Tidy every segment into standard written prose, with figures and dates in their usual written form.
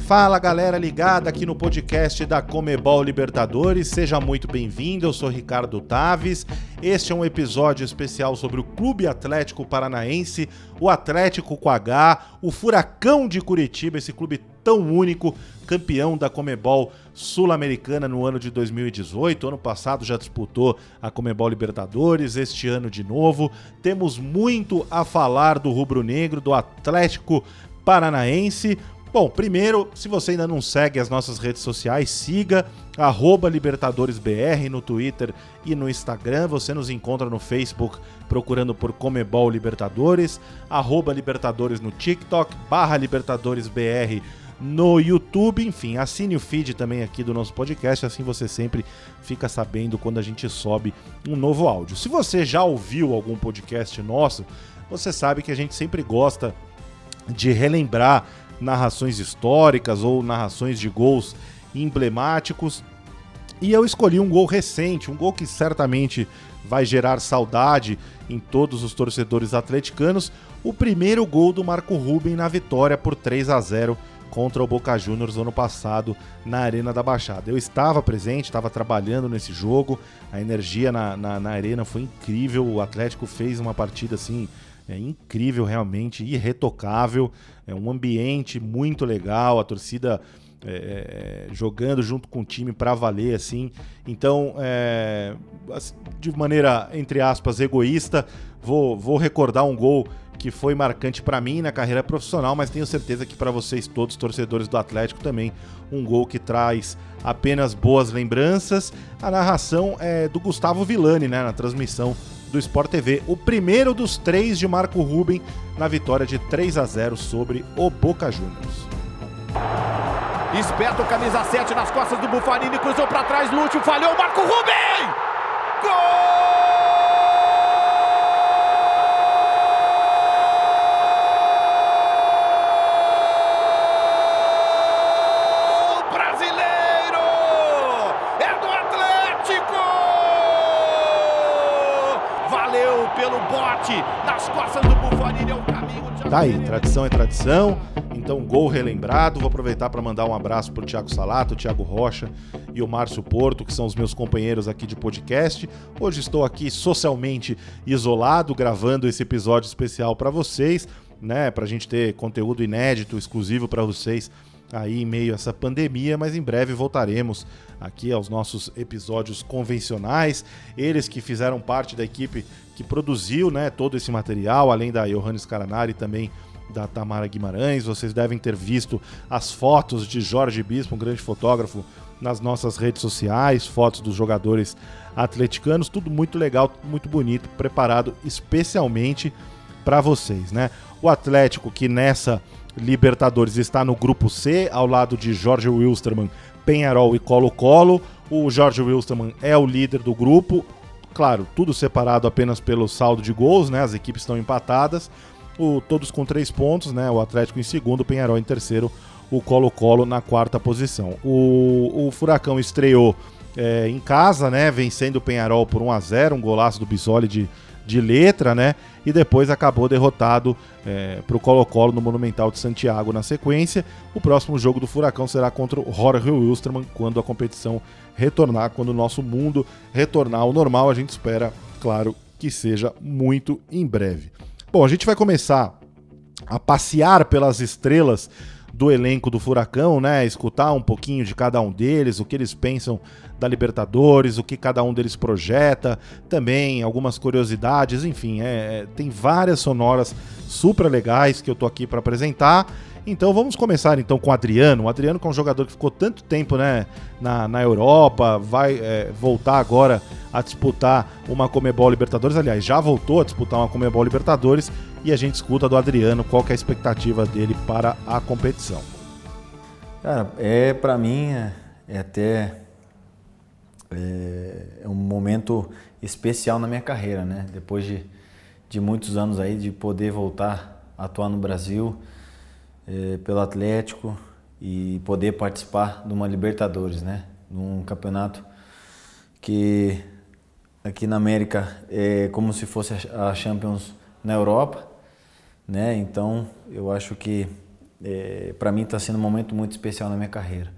Fala galera ligada aqui no podcast da Comebol Libertadores, seja muito bem-vindo, eu sou Ricardo Taves. Este é um episódio especial sobre o Clube Atlético Paranaense, o Atlético com H, o Furacão de Curitiba, esse clube tão único, campeão da Comebol Sul-Americana no ano de 2018, ano passado já disputou a Comebol Libertadores, este ano de novo. Temos muito a falar do rubro-negro, do Atlético Paranaense. Bom, primeiro, se você ainda não segue as nossas redes sociais, siga @LibertadoresBR no Twitter e no Instagram. Você nos encontra no Facebook procurando por Comebol Libertadores, @Libertadores no TikTok, /LibertadoresBR no YouTube. Enfim, assine o feed também aqui do nosso podcast, assim você sempre fica sabendo quando a gente sobe um novo áudio. Se você já ouviu algum podcast nosso, você sabe que a gente sempre gosta de relembrar narrações históricas ou narrações de gols emblemáticos, e eu escolhi um gol recente, um gol que certamente vai gerar saudade em todos os torcedores atleticanos, o primeiro gol do Marco Ruben na vitória por 3-0 contra o Boca Juniors ano passado na Arena da Baixada. Eu estava presente, estava trabalhando nesse jogo, a energia na arena foi incrível, o Atlético fez uma partida assim incrível, realmente irretocável, é um ambiente muito legal, a torcida jogando junto com o time para valer, assim. Então, de maneira, entre aspas, egoísta, vou recordar um gol que foi marcante para mim na carreira profissional, mas tenho certeza que para vocês todos, torcedores do Atlético, também um gol que traz apenas boas lembranças. A narração é do Gustavo Villani, né, na transmissão do Sport TV, o primeiro dos 3 de Marco Ruben na vitória de 3-0 sobre o Boca Juniors. Esperto, camisa 7 nas costas do Buffarini, cruzou para trás, Lúcio falhou, Marco Ruben! Gol! Pelo bote nas costas do Buffarini, é o caminho de... Tá aí, tradição é tradição, então gol relembrado. Vou aproveitar para mandar um abraço pro Thiago Salato, o Thiago Rocha e o Márcio Porto, que são os meus companheiros aqui de podcast. Hoje estou aqui socialmente isolado, gravando esse episódio especial para vocês, né, pra gente ter conteúdo inédito, exclusivo para vocês aí em meio a essa pandemia, mas em breve voltaremos aqui aos nossos episódios convencionais. Eles que fizeram parte da equipe que produziu, né, todo esse material, além da Johannes Caranari e também da Tamara Guimarães. Vocês devem ter visto as fotos de Jorge Bispo, um grande fotógrafo, nas nossas redes sociais, fotos dos jogadores atleticanos, tudo muito legal, muito bonito, preparado especialmente para vocês, né? O Atlético, que nessa Libertadores está no grupo C, ao lado de Jorge Wilstermann, Peñarol e Colo-Colo. O Jorge Wilstermann é o líder do grupo, claro, tudo separado apenas pelo saldo de gols, né? As equipes estão empatadas, todos com 3 pontos, né? O Atlético em segundo, o Peñarol em terceiro, o Colo-Colo na quarta posição. O Furacão estreou em casa, né? Vencendo o Peñarol por 1-0, um golaço do Bissoli de letra, né? E depois acabou derrotado para o Colo-Colo no Monumental de Santiago na sequência. O próximo jogo do Furacão será contra o Jorge Wilstermann, quando a competição retornar, quando o nosso mundo retornar ao normal. A gente espera, claro, que seja muito em breve. Bom, a gente vai começar a passear pelas estrelas do elenco do Furacão, né? Escutar um pouquinho de cada um deles, o que eles pensam da Libertadores, o que cada um deles projeta, também algumas curiosidades, enfim, tem várias sonoras super legais que eu tô aqui para apresentar. Então vamos começar então com o Adriano. O Adriano, que é um jogador que ficou tanto tempo, né, na Europa, vai voltar agora a disputar uma Comebol Libertadores. Aliás, já voltou a disputar uma Comebol Libertadores, e a gente escuta do Adriano qual que é a expectativa dele para a competição. Cara, para mim é um momento especial na minha carreira, né? Depois de muitos anos aí de poder voltar a atuar no Brasil pelo Atlético e poder participar de uma Libertadores, né? Num campeonato que aqui na América é como se fosse a Champions na Europa, né? Então eu acho que para mim está sendo um momento muito especial na minha carreira.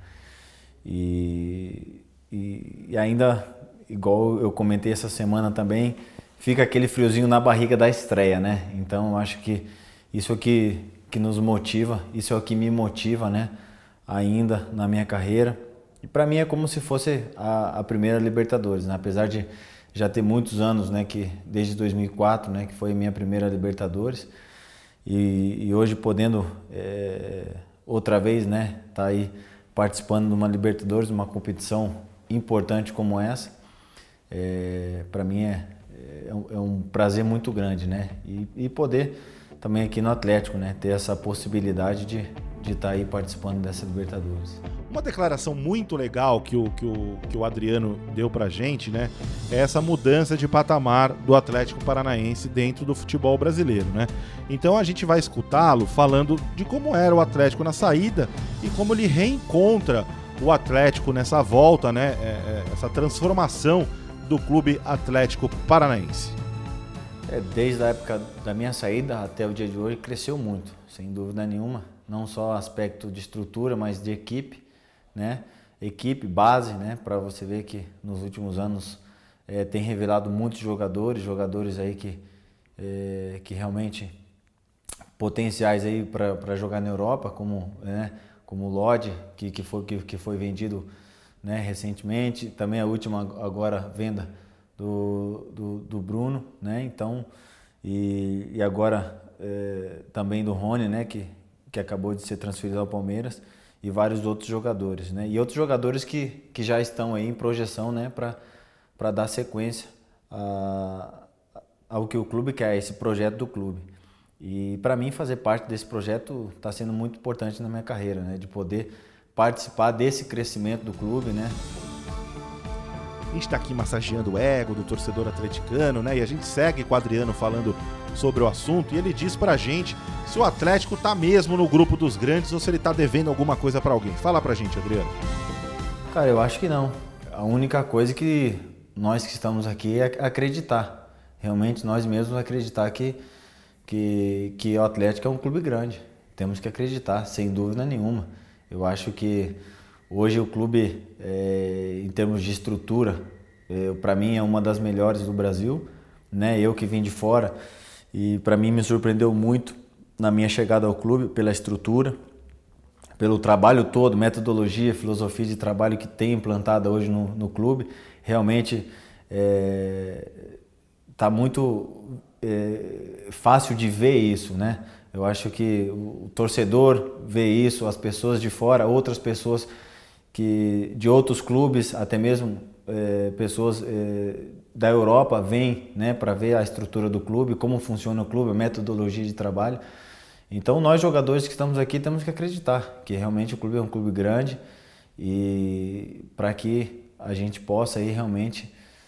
E ainda, igual eu comentei essa semana também, fica aquele friozinho na barriga da estreia, né? Então eu acho que isso é o que nos motiva, isso é o que me motiva, né? Ainda na minha carreira. E para mim é como se fosse a primeira Libertadores, né? Apesar de já ter muitos anos, né? Que desde 2004, né? Que foi a minha primeira Libertadores. E hoje podendo outra vez, né? Tá aí participando de uma Libertadores, uma competição importante como essa, para mim é um prazer muito grande, né? E poder também aqui no Atlético, né? Ter essa possibilidade de estar aí participando dessa Libertadores. Uma declaração muito legal que o Adriano deu pra gente, né? É essa mudança de patamar do Atlético Paranaense dentro do futebol brasileiro, né? Então a gente vai escutá-lo falando de como era o Atlético na saída e como ele reencontra o Atlético nessa volta, né? Essa transformação do Clube Atlético Paranaense. Desde a época da minha saída até o dia de hoje cresceu muito, sem dúvida nenhuma. Não só aspecto de estrutura, mas de equipe, né? Equipe, base, né? Para você ver que nos últimos anos tem revelado muitos jogadores aí que realmente potenciais aí para jogar na Europa, como o Lodi, que foi vendido, né, recentemente, também a última agora venda do Bruno, né? Então e agora também do Rony, né, que acabou de ser transferido ao Palmeiras, e vários outros jogadores, né? E outros jogadores que já estão aí em projeção, né, para dar sequência ao que o clube quer, esse projeto do clube. E para mim fazer parte desse projeto está sendo muito importante na minha carreira, né, de poder participar desse crescimento do clube, né? A gente está aqui massageando o ego do torcedor atleticano, né? E a gente segue com o Adriano falando sobre o assunto e ele diz pra gente se o Atlético tá mesmo no grupo dos grandes ou se ele tá devendo alguma coisa pra alguém. Fala pra gente, Adriano. Cara, eu acho que não. A única coisa que nós que estamos aqui é acreditar. Realmente nós mesmos acreditar que o Atlético é um clube grande. Temos que acreditar, sem dúvida nenhuma. Eu acho que hoje o clube, em termos de estrutura, para mim é uma das melhores do Brasil, né? Eu que vim de fora, e para mim me surpreendeu muito na minha chegada ao clube pela estrutura, pelo trabalho todo, metodologia, filosofia de trabalho que tem implantada hoje no clube. Realmente está muito fácil de ver isso, né? Eu acho que o torcedor vê isso, as pessoas de fora, outras pessoas de outros clubes, até mesmo pessoas da Europa vêm, né, para ver a estrutura do clube, como funciona o clube, a metodologia de trabalho. Então nós jogadores que estamos aqui temos que acreditar que realmente o clube é um clube grande e para que a gente possa aí realmente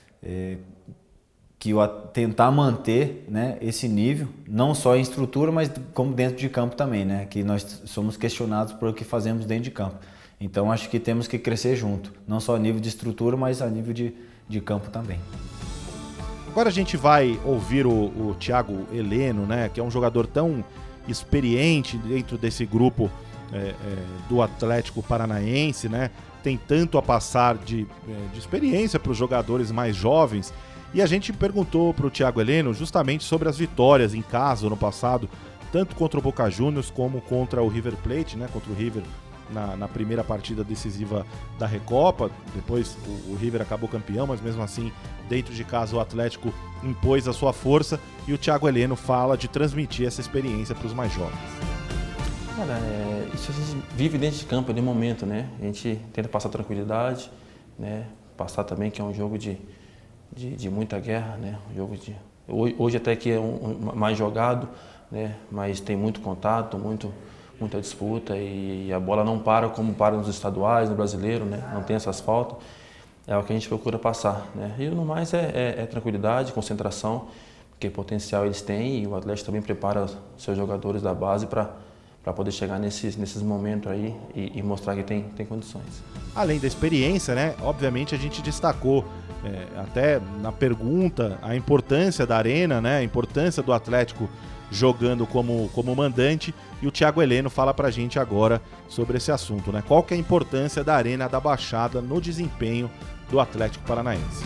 tentar manter, né, esse nível, não só em estrutura, mas como dentro de campo também, né, que nós somos questionados por o que fazemos dentro de campo. Então acho que temos que crescer junto, não só a nível de estrutura, mas a nível de campo também. Agora a gente vai ouvir o Thiago Heleno, né, que é um jogador tão experiente dentro desse grupo do Atlético Paranaense, né, tem tanto a passar de experiência para os jogadores mais jovens. E a gente perguntou para o Thiago Heleno justamente sobre as vitórias em casa no passado, tanto contra o Boca Juniors como contra o River Plate, né, contra o River na primeira partida decisiva da Recopa. Depois o River acabou campeão, mas mesmo assim, dentro de casa, o Atlético impôs a sua força e o Thiago Heleno fala de transmitir essa experiência para os mais jovens. Cara, isso a gente vive dentro de campo, de momento, né? A gente tenta passar tranquilidade, né? Passar também que é um jogo de muita guerra, né? Um jogo hoje até que é mais jogado, né? Mas tem muito contato, muita disputa e a bola não para como para nos estaduais, no brasileiro, né? Não tem essas faltas. É o que a gente procura passar, né? E no mais é tranquilidade, concentração, porque potencial eles têm e o Atlético também prepara seus jogadores da base para poder chegar nesses momentos aí e mostrar que tem condições. Além da experiência, né? Obviamente a gente destacou até na pergunta a importância da Arena, né? A importância do Atlético jogando como mandante, e o Thiago Heleno fala pra gente agora sobre esse assunto, né? Qual que é a importância da Arena da Baixada no desempenho do Atlético Paranaense?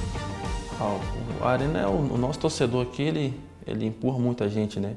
A Arena, o nosso torcedor aqui, ele empurra muita gente, né?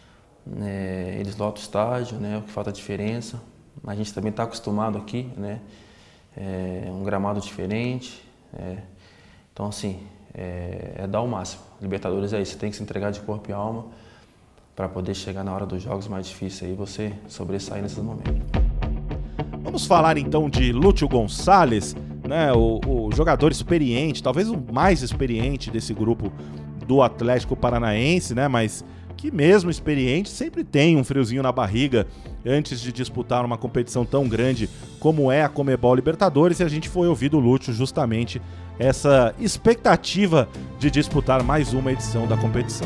Eles lotam o estádio, né? O que falta diferença. A gente também está acostumado aqui, né? Um gramado diferente. Então, assim, dar o máximo. Libertadores é isso, você tem que se entregar de corpo e alma para poder chegar na hora dos jogos mais difíceis e você sobressair nesses momentos. Vamos falar então de Lúcio Gonçalves, né? O jogador experiente, talvez o mais experiente desse grupo do Atlético Paranaense, né? Mas que mesmo experiente sempre tem um friozinho na barriga antes de disputar uma competição tão grande como é a Conmebol Libertadores, e a gente foi ouvir do Lúcio justamente essa expectativa de disputar mais uma edição da competição.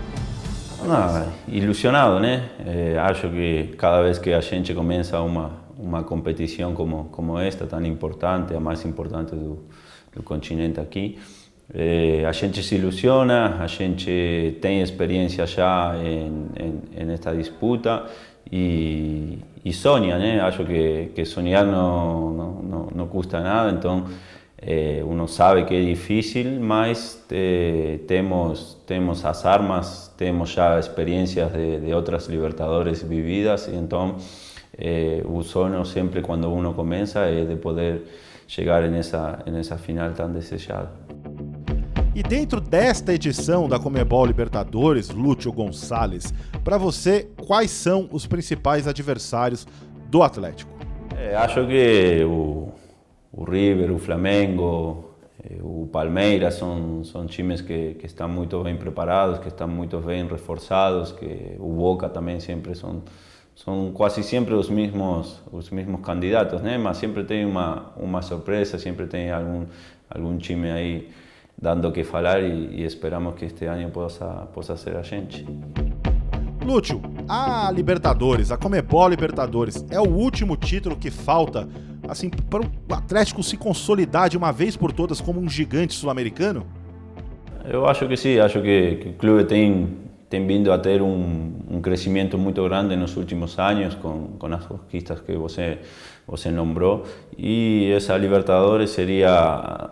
Ilusionado, né? Acho que cada vez que a gente começa uma competição como esta, tão importante, a mais importante do continente aqui, a gente se ilusiona, a gente tem experiência já nesta disputa e sonha, né? Acho que sonhar não custa nada, então uno sabe que é difícil, mas temos as armas, temos já experiências de outras Libertadores vividas, e então o sonho sempre quando uno começa é de poder chegar nessa final tão desejada. E dentro desta edição da Conmebol Libertadores, Lúcio Gonçalves, para você, quais são os principais adversários do Atlético? Acho que o River, o Flamengo, o Palmeiras são times que estão muito bem preparados, que estão muito bem reforçados, que o Boca também sempre são quase sempre os mesmos candidatos, né? Mas sempre tem uma surpresa, sempre tem algum time aí dando o que falar e esperamos que este ano possa ser a gente. Lúcio, a Libertadores, a Conmebol Libertadores, é o último título que falta assim, para o Atlético se consolidar de uma vez por todas como um gigante sul-americano? Eu acho que sim, acho que o clube tem vindo a ter um crescimento muito grande nos últimos anos com as conquistas que você nombrou, e essa Libertadores seria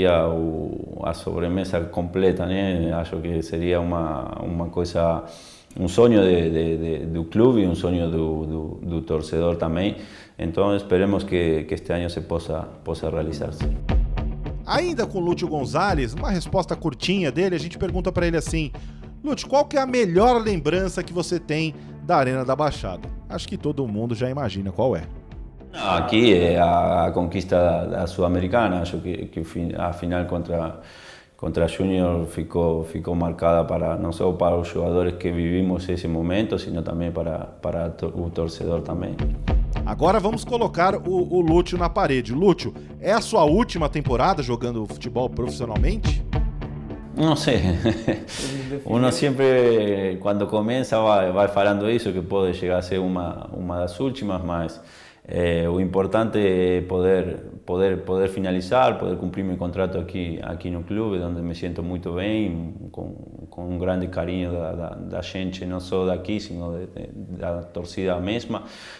a sobremesa completa, né? Acho que seria uma coisa, um sonho do clube e um sonho do torcedor também, então esperemos que este ano se possa realizar-se. Ainda com o Lúcio Gonçalves, uma resposta curtinha dele, a gente pergunta para ele assim: Lúcio, qual que é a melhor lembrança que você tem da Arena da Baixada? Acho que todo mundo já imagina qual é. Aqui é a conquista da Sul-Americana. Acho que a final contra Junior ficou marcada não só para os jogadores que vivimos esse momento, sino também para o torcedor também. Agora vamos colocar o Lúcio na parede. Lúcio, é a sua última temporada jogando futebol profissionalmente? Não sei. Uno sempre, quando começa, vai falando isso, que pode chegar a ser uma das últimas, mas o importante é poder finalizar, poder cumprir meu contrato aqui no clube, onde me sinto muito bem, com um grande carinho da gente, não só daqui, sino da torcida mesma.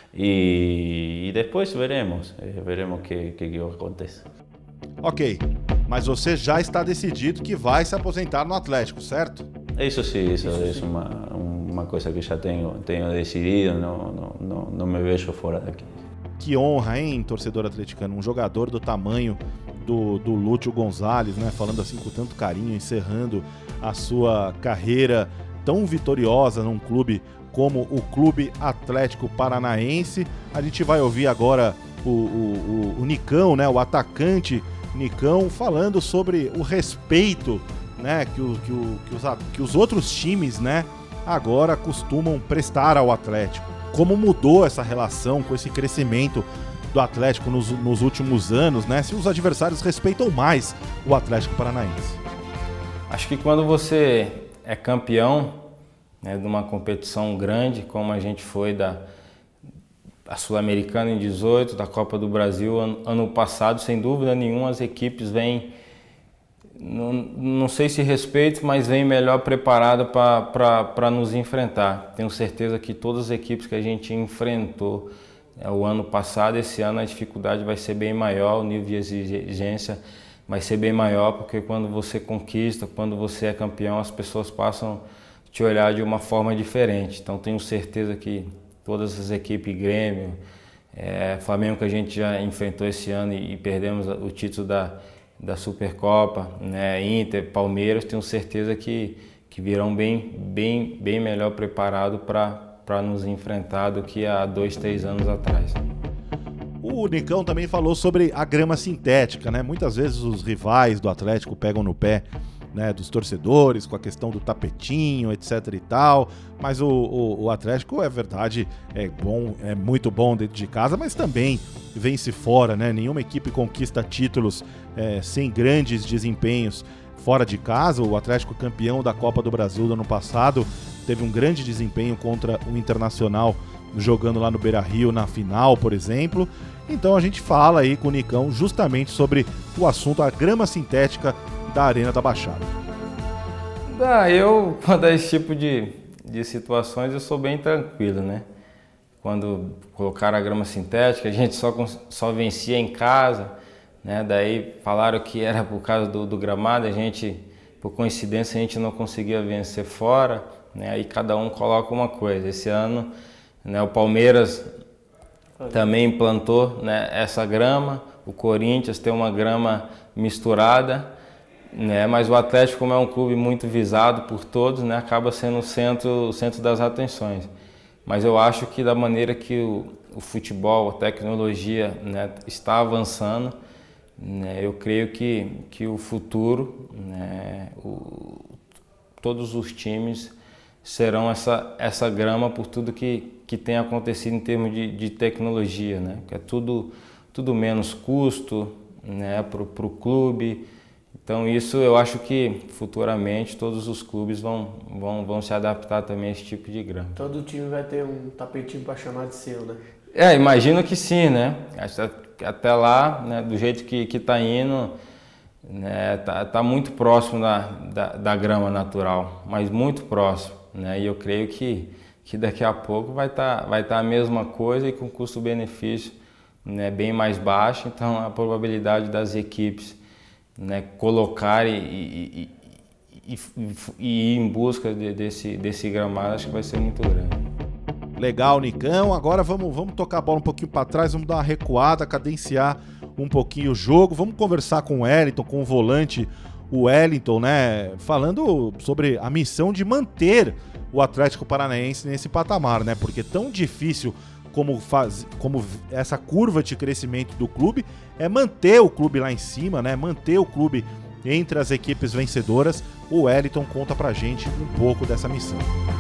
E depois veremos o que acontece. Ok, mas você já está decidido que vai se aposentar no Atlético, certo? Isso sim, isso é uma coisa que já tenho decidido, não me vejo fora daqui. Que honra, hein, torcedor atleticano, um jogador do tamanho do Lúcio Gonçalves, né, falando assim com tanto carinho, encerrando a sua carreira tão vitoriosa num clube como o Clube Atlético Paranaense. A gente vai ouvir agora o Nicão, né, o atacante Nicão, falando sobre o respeito, né, que os outros times, né, agora costumam prestar ao Atlético. Como mudou essa relação com esse crescimento do Atlético nos últimos anos, né? Se os adversários respeitam mais o Atlético Paranaense. Acho que quando você é campeão, né, de uma competição grande, como a gente foi da Sul-Americana em 18, da Copa do Brasil ano passado, sem dúvida nenhuma as equipes vêm não sei se respeito, mas vem melhor preparado para nos enfrentar. Tenho certeza que todas as equipes que a gente enfrentou o ano passado, esse ano a dificuldade vai ser bem maior, o nível de exigência vai ser bem maior, porque quando você conquista, quando você é campeão, as pessoas passam a te olhar de uma forma diferente. Então tenho certeza que todas as equipes, Grêmio, Flamengo, que a gente já enfrentou esse ano e perdemos o título da Supercopa, né, Inter, Palmeiras, tenho certeza que virão bem melhor preparados para nos enfrentar do que há 2, 3 anos atrás. O Nicão também falou sobre a grama sintética, né? Muitas vezes os rivais do Atlético pegam no pé, né, dos torcedores com a questão do tapetinho, etc e tal, mas o Atlético, é verdade, é muito bom dentro de casa, mas também vence fora, né? Nenhuma equipe conquista títulos sem grandes desempenhos fora de casa. O Atlético, campeão da Copa do Brasil do ano passado, teve um grande desempenho contra o Internacional, jogando lá no Beira-Rio na final, por exemplo. Então a gente fala aí com o Nicão justamente sobre o assunto, a grama sintética da Arena da Baixada. Eu, quando é esse tipo de situações, eu sou bem tranquilo, né? Quando colocaram a grama sintética, a gente só vencia em casa, né? Daí falaram que era por causa do gramado, por coincidência, a gente não conseguia vencer fora, né? Aí cada um coloca uma coisa. Esse ano, né, o Palmeiras também implantou, né, essa grama, o Corinthians tem uma grama misturada, né, mas o Atlético, como é um clube muito visado por todos, né, acaba sendo o centro das atenções. Mas eu acho que da maneira que o futebol, a tecnologia, né, está avançando, né, eu creio que o futuro, né, todos os times serão essa grama por tudo que tem acontecido em termos de tecnologia, né? Que é tudo menos custo, né, para o clube. Então isso eu acho que futuramente todos os clubes vão se adaptar também a esse tipo de grama. Todo time vai ter um tapetinho para chamar de seu, né? Imagino que sim, né? Até lá, né, do jeito que está indo, né, tá muito próximo da grama natural, mas muito próximo, né? E eu creio que daqui a pouco vai tá a mesma coisa e com custo-benefício, né, bem mais baixo. Então a probabilidade das equipes, né, colocarem e ir em busca desse gramado, acho que vai ser muito grande. Legal, Nicão. Agora vamos tocar a bola um pouquinho para trás, vamos dar uma recuada, cadenciar um pouquinho o jogo. Vamos conversar com o Wellington, com o volante, o Wellington, né, falando sobre a missão de manter o Atlético Paranaense nesse patamar, né? Porque tão difícil como essa curva de crescimento do clube é manter o clube lá em cima, né? Manter o clube entre as equipes vencedoras. O Wellington conta pra gente um pouco dessa missão.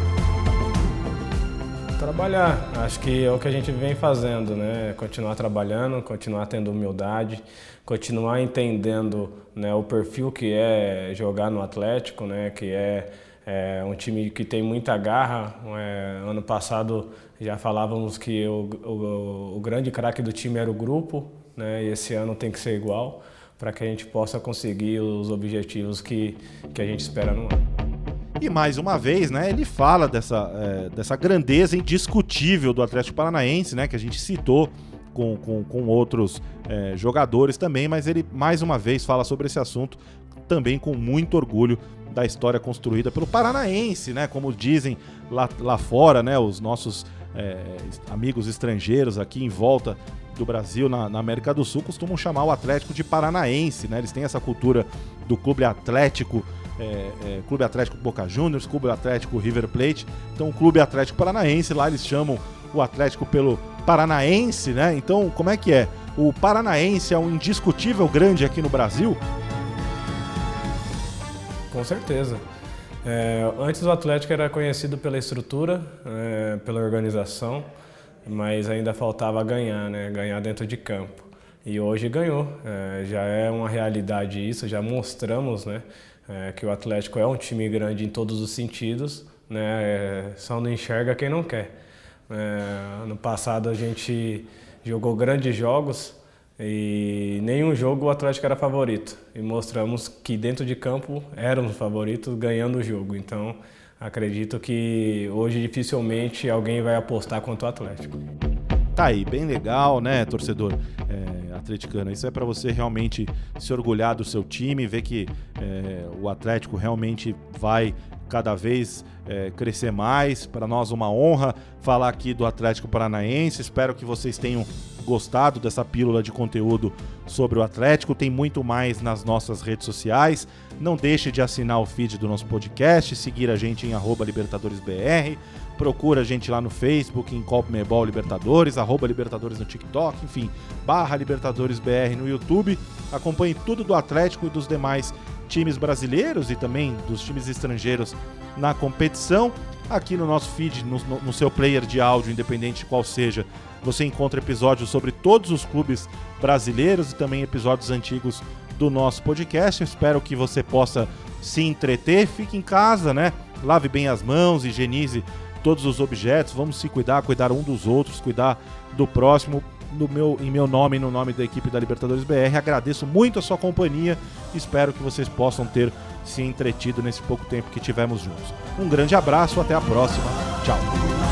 Trabalhar, acho que é o que a gente vem fazendo, né? Continuar trabalhando, continuar tendo humildade, continuar entendendo, né, o perfil que é jogar no Atlético, né? Que é um time que tem muita garra. Ano passado já falávamos que o grande craque do time era o grupo, né? E esse ano tem que ser igual para que a gente possa conseguir os objetivos que a gente espera no ano. E mais uma vez, né, ele fala dessa grandeza indiscutível do Atlético Paranaense, né, que a gente citou com outros jogadores também, mas ele mais uma vez fala sobre esse assunto também com muito orgulho da história construída pelo Paranaense, né, como dizem lá fora, né, os nossos amigos estrangeiros aqui em volta do Brasil, na América do Sul, costumam chamar o Atlético de Paranaense, né, eles têm essa cultura do Clube Atlético, Clube Atlético Boca Juniors, Clube Atlético River Plate. Então o Clube Atlético Paranaense, lá eles chamam o Atlético pelo Paranaense, né? Então como é que é? O Paranaense é um indiscutível grande aqui no Brasil? Com certeza. Antes o Atlético era conhecido pela estrutura, pela organização, mas ainda faltava ganhar, né? Ganhar dentro de campo. E hoje ganhou, já é uma realidade isso, já mostramos, né, que o Atlético é um time grande em todos os sentidos, né, só não enxerga quem não quer. Ano passado a gente jogou grandes jogos, E nenhum jogo o Atlético era favorito. E mostramos que dentro de campo éramos favoritos ganhando o jogo. Então, acredito que hoje dificilmente alguém vai apostar contra o Atlético. Tá aí, bem legal, né, torcedor atleticano? Isso é para você realmente se orgulhar do seu time, ver que o Atlético realmente vai cada vez crescer mais. Para nós uma honra falar aqui do Atlético Paranaense. Espero que vocês tenham gostado dessa pílula de conteúdo sobre o Atlético. Tem muito mais nas nossas redes sociais. Não deixe de assinar o feed do nosso podcast, seguir a gente em @LibertadoresBR, procura a gente lá no Facebook, em Colmebol Libertadores, @Libertadores no TikTok, enfim, /LibertadoresBR no YouTube. Acompanhe tudo do Atlético e dos demais times brasileiros e também dos times estrangeiros na competição. Aqui no nosso feed, no seu player de áudio, independente de qual seja, você encontra episódios sobre todos os clubes brasileiros e também episódios antigos do nosso podcast. Eu espero que você possa se entreter, fique em casa, né? Lave bem as mãos, higienize todos os objetos, vamos se cuidar um dos outros, cuidar do próximo. Em meu nome e no nome da equipe da Libertadores BR, agradeço muito a sua companhia, espero que vocês possam ter se entretido nesse pouco tempo que tivemos juntos. Um grande abraço, até a próxima, tchau!